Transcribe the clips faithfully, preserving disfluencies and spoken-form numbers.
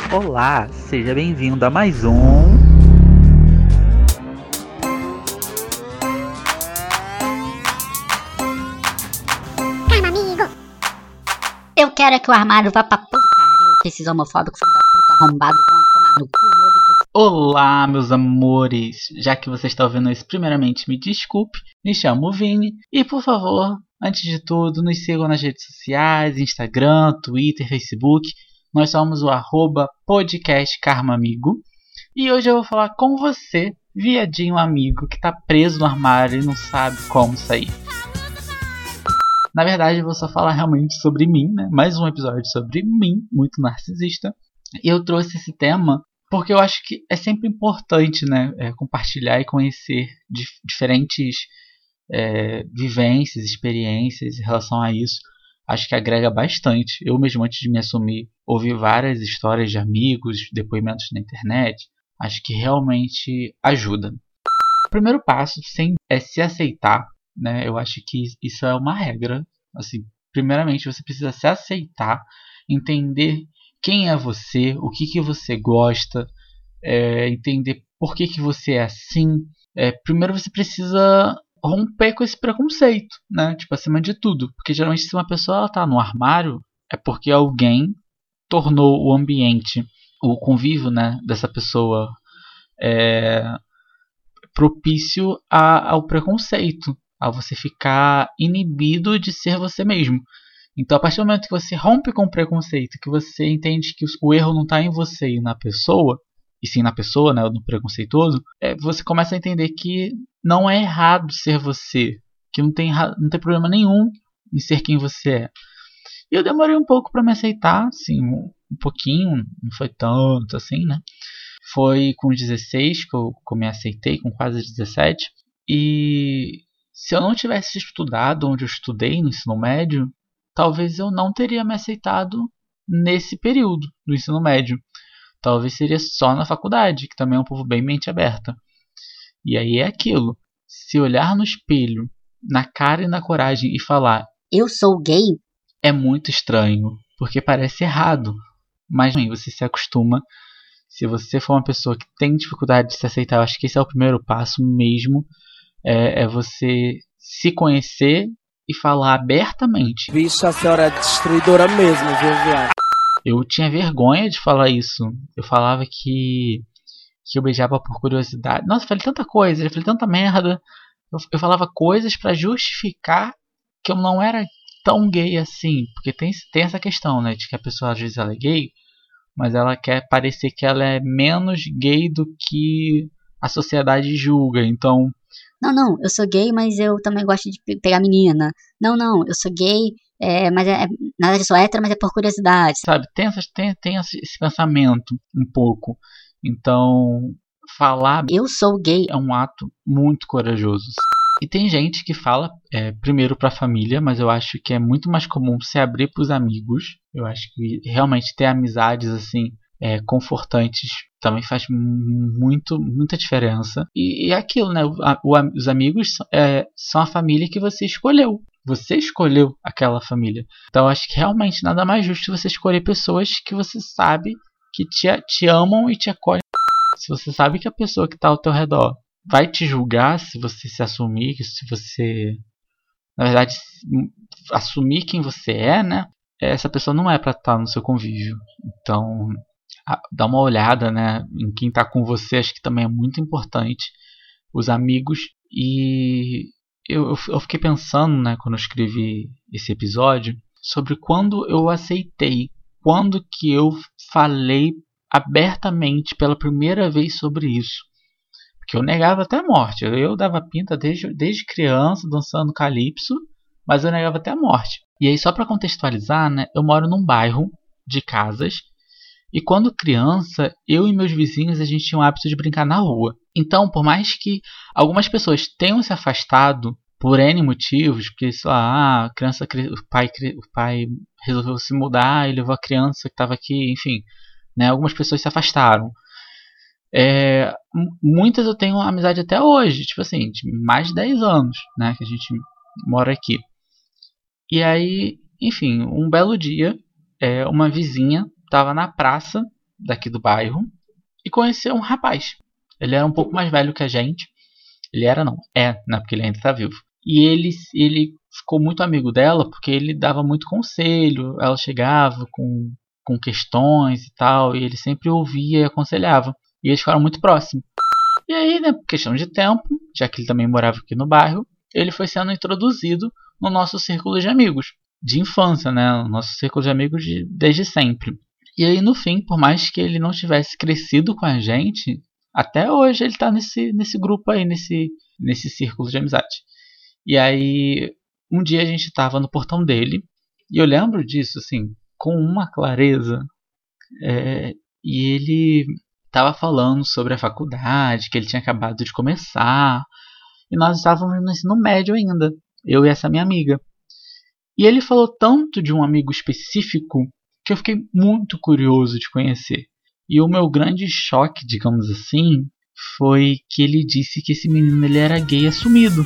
Olá, seja bem-vindo a mais um... Calma, amigo! Eu quero é que o armário vá pra putaria. Esses homofóbicos, filho da puta, arrombados, vão tomar no cu, no olho do... Olá, meus amores! Já que você está ouvindo isso, primeiramente me desculpe, me chamo Vini e, por favor, antes de tudo, nos sigam nas redes sociais, Instagram, Twitter, Facebook. Nós somos o arroba podcast Karma Amigo. E hoje eu vou falar com você, viadinho amigo, que tá preso no armário e não sabe como sair. Na verdade, eu vou só falar realmente sobre mim, né? Mais um episódio sobre mim, muito narcisista. E eu trouxe esse tema porque eu acho que é sempre importante, né? É, compartilhar e conhecer dif- diferentes é, vivências, experiências em relação a isso. Acho que agrega bastante. Eu mesmo, antes de me assumir, ouvi várias histórias de amigos, depoimentos na internet. Acho que realmente ajuda. O primeiro passo sim, é se aceitar, né? Eu acho que isso é uma regra. Assim, primeiramente, você precisa se aceitar, entender quem é você, o que, que você gosta, é, entender por que, que você é assim. É, primeiro você precisa romper com esse preconceito, né? Tipo, acima de tudo. Porque geralmente se uma pessoa está no armário, é porque alguém tornou o ambiente, o convívio, né, dessa pessoa é, propício a, ao preconceito, a você ficar inibido de ser você mesmo. Então, a partir do momento que você rompe com o preconceito, que você entende que o erro não está em você e na pessoa, e sim na pessoa, né, no preconceituoso, é, você começa a entender que não é errado ser você, que não tem, não tem problema nenhum em ser quem você é. E eu demorei um pouco para me aceitar, assim, um, um pouquinho, não foi tanto assim, né? Foi com dezesseis que eu, que eu me aceitei, com quase dezessete. E se eu não tivesse estudado onde eu estudei no ensino médio, talvez eu não teria me aceitado nesse período do ensino médio. Talvez seria só na faculdade, que também é um povo bem mente aberta. E aí é aquilo. Se olhar no espelho, na cara e na coragem e falar Eu sou gay? É muito estranho, porque parece errado. Mas você se acostuma. Se você for uma pessoa que tem dificuldade de se aceitar, eu acho que esse é o primeiro passo mesmo. É, é você se conhecer e falar abertamente. Vixe, a senhora é destruidora mesmo, viu, viado? Eu tinha vergonha de falar isso. Eu falava que, que eu beijava por curiosidade. Nossa, eu falei tanta coisa, eu falei tanta merda. Eu, eu falava coisas pra justificar que eu não era tão gay assim. Porque tem, tem essa questão, né? De que a pessoa às vezes ela é gay, mas ela quer parecer que ela é menos gay do que a sociedade julga. Então, Não, não, eu sou gay, mas eu também gosto de pe- pegar menina. Não, não, eu sou gay, é, mas é, é, na verdade eu sou hétero, mas é por curiosidade. sabe, tem, essas, tem, tem esse pensamento um pouco. Então, falar Eu sou gay. é um ato muito corajoso. E tem gente que fala é, primeiro para a família, mas eu acho que é muito mais comum se abrir para os amigos. Eu acho que realmente ter amizades assim é, confortantes também faz muito, muita diferença. E, e é aquilo, né? O, a, o, os amigos é, são a família que você escolheu. Você escolheu aquela família. Então eu acho que realmente nada mais justo você escolher pessoas que você sabe que te, te amam e te acolhem. Se você sabe que a pessoa que está ao teu redor vai te julgar se você se assumir, se você, na verdade, assumir quem você é, né? Essa pessoa não é para estar no seu convívio. Então, dá uma olhada, né, em quem está com você, acho que também é muito importante. Os amigos. E eu, eu fiquei pensando, né, quando eu escrevi esse episódio, sobre quando eu aceitei, quando que eu falei abertamente pela primeira vez sobre isso. Porque eu negava até a morte. Eu dava pinta desde, desde criança, dançando calypso, mas eu negava até a morte. E aí, só para contextualizar, né, eu moro num bairro de casas, e quando criança, eu e meus vizinhos, a gente tinha o hábito de brincar na rua. Então, por mais que algumas pessoas tenham se afastado por N motivos, porque, sei lá, a criança, o, pai, o pai resolveu se mudar e levou a criança que estava aqui, enfim, né, algumas pessoas se afastaram. É, muitas eu tenho amizade até hoje, tipo assim, de mais de dez anos, né, que a gente mora aqui. E aí, enfim, um belo dia, é, uma vizinha estava na praça daqui do bairro e conheceu um rapaz. Ele era um pouco mais velho que a gente. Ele era não, é, né, porque ele ainda tá vivo. E ele, ele ficou muito amigo dela porque ele dava muito conselho. Ela chegava com, com questões e tal, e ele sempre ouvia e aconselhava. E eles ficaram muito próximos. E aí, né, por questão de tempo, já que ele também morava aqui no bairro, ele foi sendo introduzido no nosso círculo de amigos. De infância, né, no nosso círculo de amigos de, desde sempre. E aí, no fim, por mais que ele não tivesse crescido com a gente, até hoje ele tá nesse, nesse grupo aí, nesse, nesse círculo de amizade. E aí, um dia a gente tava no portão dele, e eu lembro disso, assim, com uma clareza. É, e ele tava falando sobre a faculdade, que ele tinha acabado de começar, e nós estávamos no ensino médio ainda, eu e essa minha amiga. E ele falou tanto de um amigo específico que eu fiquei muito curioso de conhecer. E o meu grande choque, digamos assim, foi que ele disse que esse menino ele era gay assumido.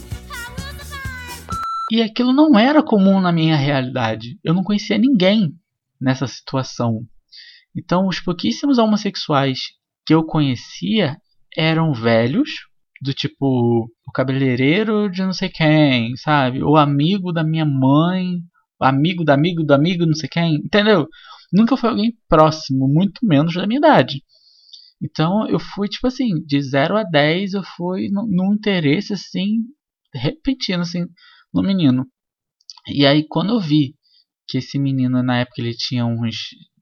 E aquilo não era comum na minha realidade. Eu não conhecia ninguém nessa situação. Então, os pouquíssimos homossexuais que eu conhecia eram velhos, do tipo o cabeleireiro de não sei quem, sabe? O amigo da minha mãe, o amigo do amigo do amigo não sei quem, entendeu? Nunca foi alguém próximo, muito menos da minha idade. Então eu fui tipo assim, de zero a dez eu fui num interesse assim, repentino assim, no menino. E aí quando eu vi que esse menino na época ele tinha uns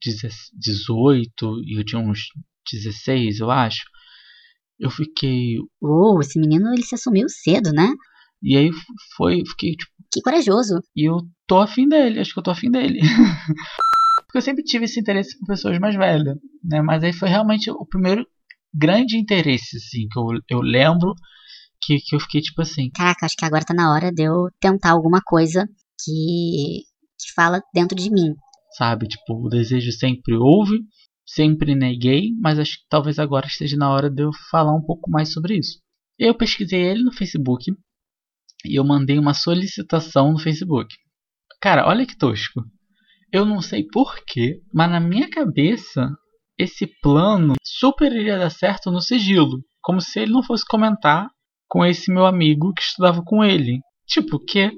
dezoito e eu tinha uns dezesseis, eu acho. Eu fiquei... Oh, esse menino ele se assumiu cedo, né? E aí foi, fiquei tipo... Que corajoso. E eu tô afim dele, acho que eu tô afim dele. Porque eu sempre tive esse interesse por pessoas mais velhas, né? Mas aí foi realmente o primeiro grande interesse, assim, que eu, eu lembro que, que eu fiquei tipo assim... Caraca, acho que agora tá na hora de eu tentar alguma coisa que, que fala dentro de mim. Sabe, tipo, o desejo sempre houve, sempre neguei, mas acho que talvez agora esteja na hora de eu falar um pouco mais sobre isso. Eu pesquisei ele no Facebook e eu mandei uma solicitação no Facebook. Cara, olha que tosco. Eu não sei porquê, mas na minha cabeça esse plano super iria dar certo no sigilo. Como se ele não fosse comentar com esse meu amigo que estudava com ele. Tipo, o quê?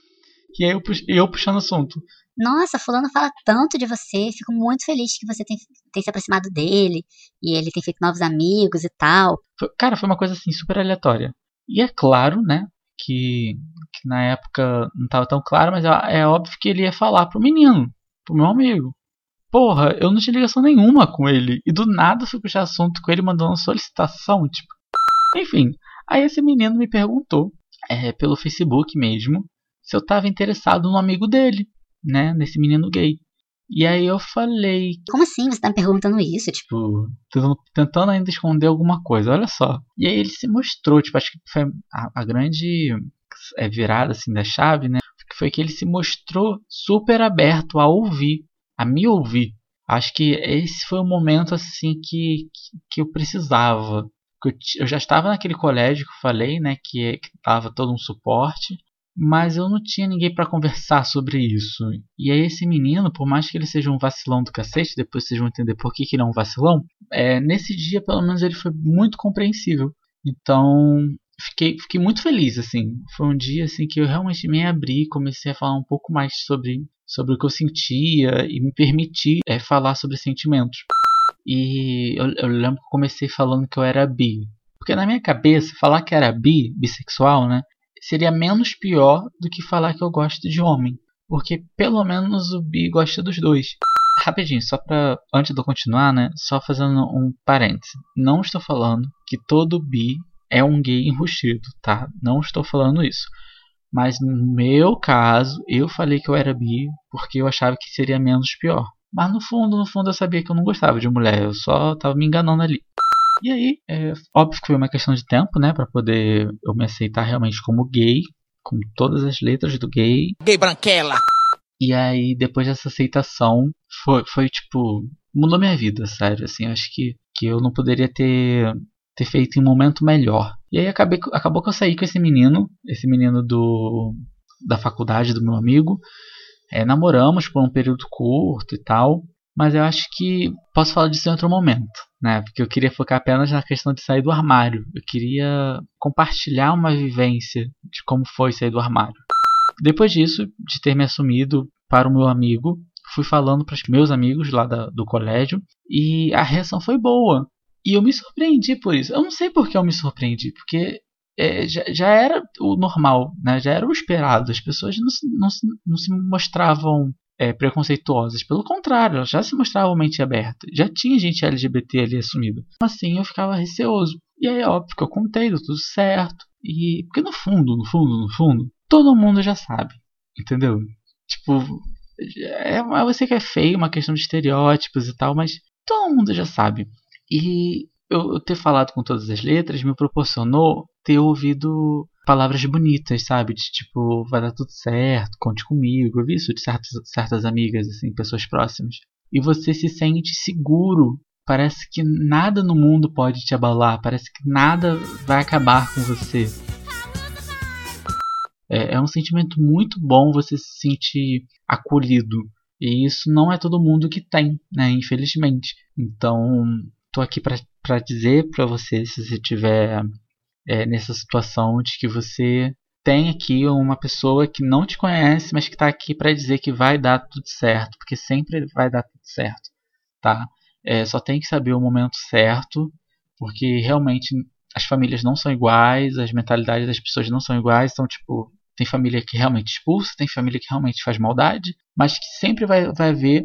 E aí eu, eu puxando o assunto. Nossa, fulano fala tanto de você, fico muito feliz que você tem, tem se aproximado dele, e ele tem feito novos amigos e tal. Foi, cara, foi uma coisa assim, super aleatória. E é claro, né, que, que na época não estava tão claro, mas é, é óbvio que ele ia falar pro menino, pro meu amigo. Porra, eu não tinha ligação nenhuma com ele, e do nada eu fui puxar assunto com ele mandando uma solicitação, tipo... Enfim, aí esse menino me perguntou, é, pelo Facebook mesmo, se eu estava interessado no amigo dele. Né, nesse menino gay. E aí eu falei... Como assim você tá me perguntando isso? Tipo, tipo tentando ainda esconder alguma coisa, olha só. E aí ele se mostrou, tipo, acho que foi a, a grande é, virada assim da chave, né? Foi que ele se mostrou super aberto a ouvir, a me ouvir. Acho que esse foi o momento assim que, que, que eu precisava. Eu, eu já estava naquele colégio que eu falei, né, que, que tava todo um suporte. Mas eu não tinha ninguém pra conversar sobre isso. E aí esse menino, por mais que ele seja um vacilão do cacete, depois vocês vão entender por que, que ele é um vacilão, é, nesse dia pelo menos ele foi muito compreensível. Então fiquei, fiquei muito feliz, assim. Foi um dia assim, que eu realmente me abri e comecei a falar um pouco mais sobre, sobre o que eu sentia e me permiti é, falar sobre sentimentos. E eu, eu lembro que eu comecei falando que eu era bi. Porque na minha cabeça, falar que era bi, bissexual, né? Seria menos pior do que falar que eu gosto de homem. Porque pelo menos o bi gosta dos dois. Rapidinho, só pra... Antes de eu continuar, né? Só fazendo um parêntese. Não estou falando que todo bi é um gay enrustido, tá? Não estou falando isso. Mas no meu caso, eu falei que eu era bi porque eu achava que seria menos pior. Mas no fundo, no fundo eu sabia que eu não gostava de mulher. Eu só tava me enganando ali. E aí, é óbvio que foi uma questão de tempo, né, pra poder eu me aceitar realmente como gay, com todas as letras do gay. Gay branquela! E aí, depois dessa aceitação, foi, foi tipo, mudou minha vida, sério, assim, acho que, que eu não poderia ter, ter feito em um momento melhor. E aí, acabei, acabou que eu saí com esse menino, esse menino do, da faculdade do meu amigo, é, namoramos por um período curto e tal, Mas eu acho que posso falar disso em outro momento, né? Porque eu queria focar apenas na questão de sair do armário. Eu queria compartilhar uma vivência de como foi sair do armário. Depois disso, de ter me assumido para o meu amigo, fui falando para os meus amigos lá da, do colégio e a reação foi boa. E eu me surpreendi por isso. Eu não sei por que eu me surpreendi, porque é, já, já era o normal, né? Já era o esperado. As pessoas não se, não se, não se mostravam é, preconceituosas. Pelo contrário, elas já se mostravam mente aberta. Já tinha gente L G B T ali assumida. Assim eu ficava receoso. E aí, óbvio que eu contei, deu tudo certo. E, porque no fundo, no fundo, no fundo, todo mundo já sabe. Entendeu? Tipo, é, eu sei que é feio, uma questão de estereótipos e tal, mas todo mundo já sabe. E eu, eu ter falado com todas as letras me proporcionou ter ouvido palavras bonitas, sabe? De tipo, vai dar tudo certo, conte comigo. Eu vi isso de certas, certas amigas, assim, pessoas próximas. E você se sente seguro. Parece que nada no mundo pode te abalar. Parece que nada vai acabar com você. É, é um sentimento muito bom você se sentir acolhido. E isso não é todo mundo que tem, né? Infelizmente. Então, tô aqui para dizer para você, se você tiver é, nessa situação de que você tem aqui uma pessoa que não te conhece, mas que está aqui para dizer que vai dar tudo certo, porque sempre vai dar tudo certo, tá? É, só tem que saber o momento certo, porque realmente as famílias não são iguais, as mentalidades das pessoas não são iguais, então tipo, tem família que realmente expulsa, tem família que realmente faz maldade, mas que sempre vai, vai haver,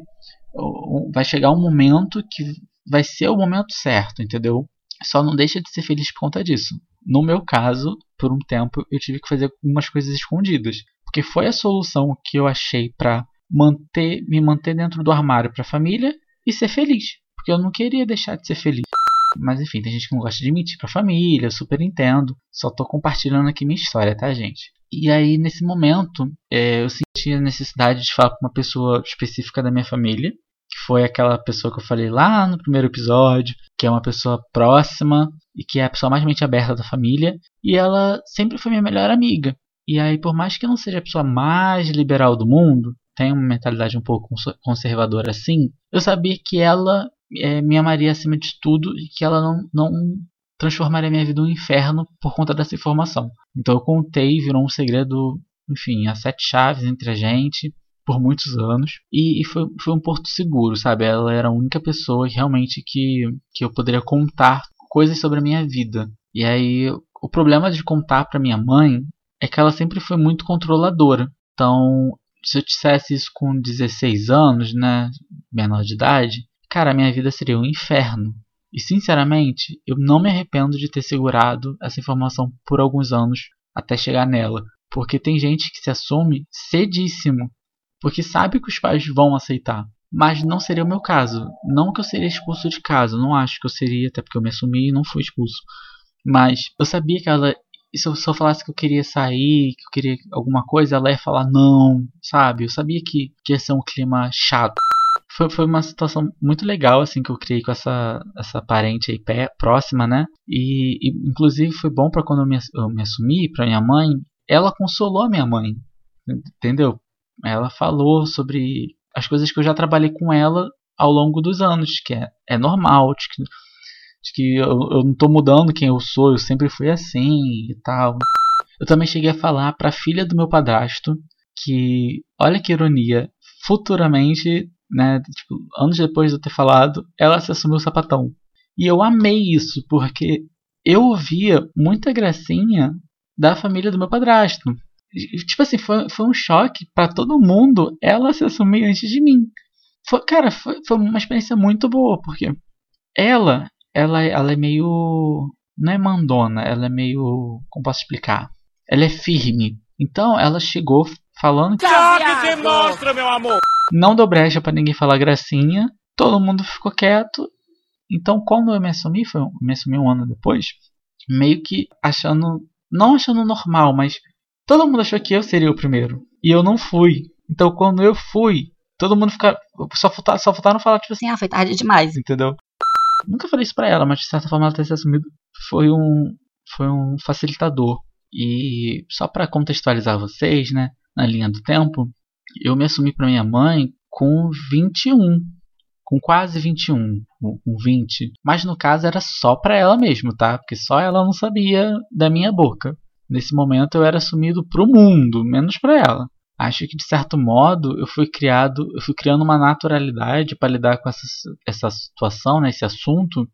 vai chegar um momento que vai ser o momento certo, entendeu? Só não deixa de ser feliz por conta disso. No meu caso, por um tempo, eu tive que fazer algumas coisas escondidas, porque foi a solução que eu achei para manter, me manter dentro do armário para a família e ser feliz, porque eu não queria deixar de ser feliz. Mas enfim, tem gente que não gosta de mentir pra família, eu super entendo. Só tô compartilhando aqui minha história, tá, gente? E aí, nesse momento, é, eu senti a necessidade de falar com uma pessoa específica da minha família, que foi aquela pessoa que eu falei lá no primeiro episódio, que é uma pessoa próxima e que é a pessoa mais mente aberta da família. E ela sempre foi minha melhor amiga. E aí, por mais que eu não seja a pessoa mais liberal do mundo, tenha uma mentalidade um pouco conservadora assim, eu sabia que ela É, me amaria acima de tudo e que ela não, não transformaria minha vida em um inferno por conta dessa informação. Então eu contei, virou um segredo, enfim, as sete chaves entre a gente por muitos anos e, e foi, foi um porto seguro, sabe? Ela era a única pessoa realmente que, que eu poderia contar coisas sobre a minha vida. E aí o problema de contar para minha mãe é que ela sempre foi muito controladora. Então, se eu dissesse isso com dezesseis anos, né, menor de idade, cara, a minha vida seria um inferno. E sinceramente, eu não me arrependo de ter segurado essa informação por alguns anos até chegar nela. Porque tem gente que se assume cedíssimo, porque sabe que os pais vão aceitar. Mas não seria o meu caso. Não que eu seria expulso de casa, não acho que eu seria, até porque eu me assumi e não fui expulso. Mas eu sabia que ela, se eu, se eu falasse que eu queria sair, que eu queria alguma coisa, ela ia falar não, sabe? Eu sabia que, que ia ser um clima chato. Foi, foi uma situação muito legal assim que eu criei com essa, essa parente aí pé, próxima, né? E, e inclusive foi bom para quando eu me, eu me assumi para minha mãe, ela consolou a minha mãe, entendeu? Ela falou sobre as coisas que eu já trabalhei com ela ao longo dos anos, que é, é normal, de que, de que eu, eu não tô mudando quem eu sou, eu sempre fui assim e tal. Eu também cheguei a falar para a filha do meu padrasto que, olha que ironia, futuramente, né, tipo, anos depois de eu ter falado, ela se assumiu sapatão. E eu amei isso, porque eu ouvia muita gracinha da família do meu padrasto. E, tipo assim, foi, foi um choque para todo mundo ela se assumir antes de mim. Foi, cara, foi, foi uma experiência muito boa, porque ela, ela, ela é meio... não é mandona, ela é meio... como posso explicar? Ela é firme. Então ela chegou falando que... que mostra, meu amor! Não deu brecha pra ninguém falar gracinha. Todo mundo ficou quieto. Então, quando eu me assumi, foi, eu me assumi um ano depois, meio que achando, não achando normal, mas todo mundo achou que eu seria o primeiro. E eu não fui. Então, quando eu fui, todo mundo fica, só faltaram, só faltaram falar, tipo assim, Sim, ah, foi tarde demais. entendeu? Nunca falei isso pra ela, mas de certa forma ela ter se assumido foi um, foi um facilitador. E só pra contextualizar vocês, né, na linha do tempo, eu me assumi pra minha mãe com vinte e um. com quase vinte e um, com vinte. Mas no caso era só pra ela mesmo, tá? Porque só ela não sabia da minha boca. Nesse momento eu era assumido pro mundo, menos pra ela. Acho que de certo modo eu fui criado, eu fui criando uma naturalidade para lidar com essa, essa situação, né, esse assunto,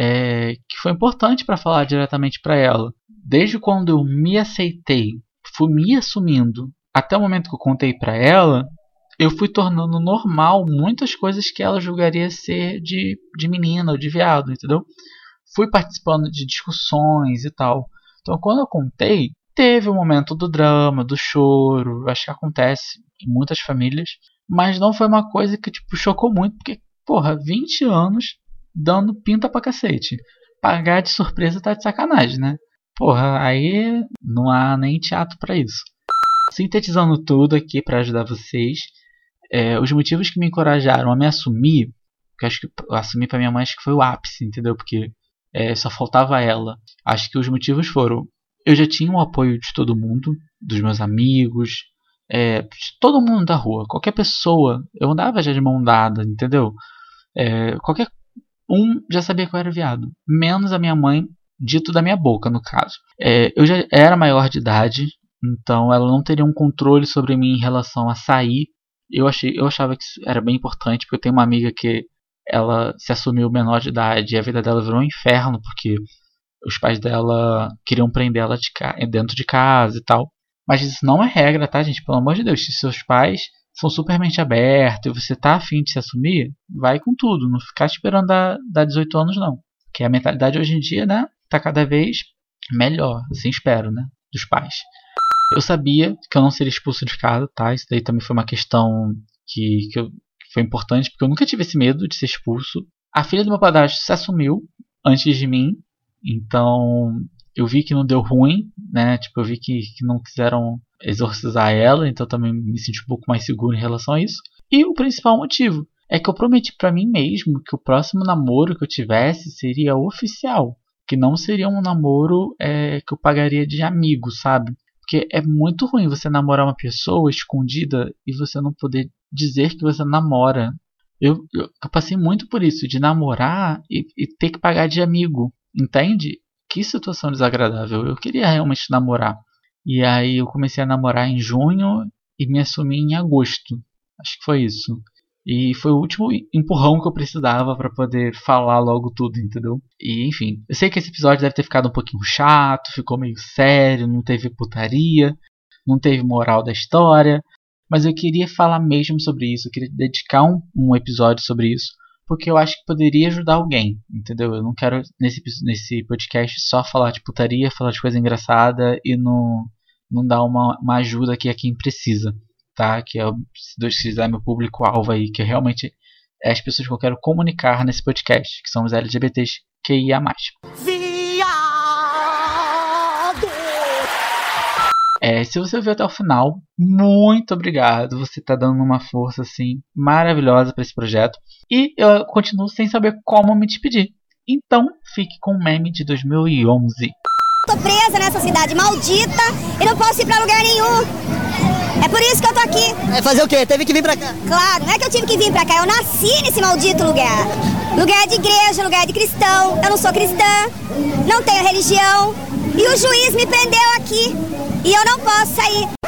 é, que foi importante para falar diretamente para ela. Desde quando eu me aceitei, fui me assumindo, até o momento que eu contei para ela, eu fui tornando normal muitas coisas que ela julgaria ser de, de menina ou de viado, entendeu? Fui participando de discussões e tal. Então quando eu contei, teve o momento do drama, do choro, acho que acontece em muitas famílias, mas não foi uma coisa que tipo, chocou muito, porque, porra, vinte anos dando pinta pra cacete. Pagar de surpresa tá de sacanagem, né? Porra, aí não há nem teatro pra isso. Sintetizando tudo aqui pra ajudar vocês, é, os motivos que me encorajaram a me assumir, que acho que eu assumi pra minha mãe, acho que foi o ápice, entendeu? Porque é, só faltava ela. Acho que os motivos foram: eu já tinha o apoio de todo mundo, dos meus amigos, é, de todo mundo da rua, qualquer pessoa. Eu andava já de mão dada, entendeu? É, qualquer um já sabia que eu era viado, menos a minha mãe, dito da minha boca, no caso. É, eu já era maior de idade, então ela não teria um controle sobre mim em relação a sair. Eu, achei, eu achava que isso era bem importante, porque eu tenho uma amiga que ela se assumiu menor de idade e a vida dela virou um inferno, porque os pais dela queriam prender ela de ca... dentro de casa e tal. Mas isso não é regra, tá, gente? Pelo amor de Deus. Se seus pais são super mente abertos e você tá afim de se assumir, vai com tudo. Não ficar esperando dar, dar dezoito anos, não. Porque a mentalidade hoje em dia, né, tá cada vez melhor. Assim espero, né, dos pais. Eu sabia que eu não seria expulso de casa, tá? Isso daí também foi uma questão que, que, eu, que foi importante, porque eu nunca tive esse medo de ser expulso. A filha do meu padrasto se assumiu antes de mim. Então eu vi que não deu ruim, né? Tipo, eu vi que, que não quiseram exorcizar ela, então também me senti um pouco mais seguro em relação a isso. E o principal motivo é que eu prometi pra mim mesmo que o próximo namoro que eu tivesse seria oficial, que não seria um namoro é, que eu pagaria de amigo, sabe? Porque é muito ruim você namorar uma pessoa escondida e você não poder dizer que você namora. Eu, eu, eu passei muito por isso, de namorar e, e ter que pagar de amigo. Entende? Que situação desagradável. Eu queria realmente namorar. E aí eu comecei a namorar em junho e me assumi em agosto. Acho que foi isso. E foi o último empurrão que eu precisava para poder falar logo tudo, entendeu? E enfim, eu sei que esse episódio deve ter ficado um pouquinho chato, ficou meio sério, não teve putaria, não teve moral da história, mas eu queria falar mesmo sobre isso, eu queria dedicar um, um episódio sobre isso, porque eu acho que poderia ajudar alguém, entendeu? Eu não quero nesse, nesse podcast só falar de putaria, falar de coisa engraçada e não, não dar uma, uma ajuda aqui a quem precisa, tá? Que é, se Deus quiser, meu público-alvo aí, que realmente é as pessoas que eu quero comunicar nesse podcast, que são os L G B Ts Q I A mais. É, se você viu até o final, muito obrigado. Você tá dando uma força assim maravilhosa para esse projeto. E eu continuo sem saber como me despedir. Então, fique com o meme de dois mil e onze. Tô presa nessa cidade maldita e não posso ir pra lugar nenhum. É por isso que eu tô aqui. É fazer o quê? Teve que vir pra cá? Claro, não é que eu tive que vir pra cá. Eu nasci nesse maldito lugar. Lugar de igreja, lugar de cristão. Eu não sou cristã, não tenho religião. E o juiz me prendeu aqui. E eu não posso sair.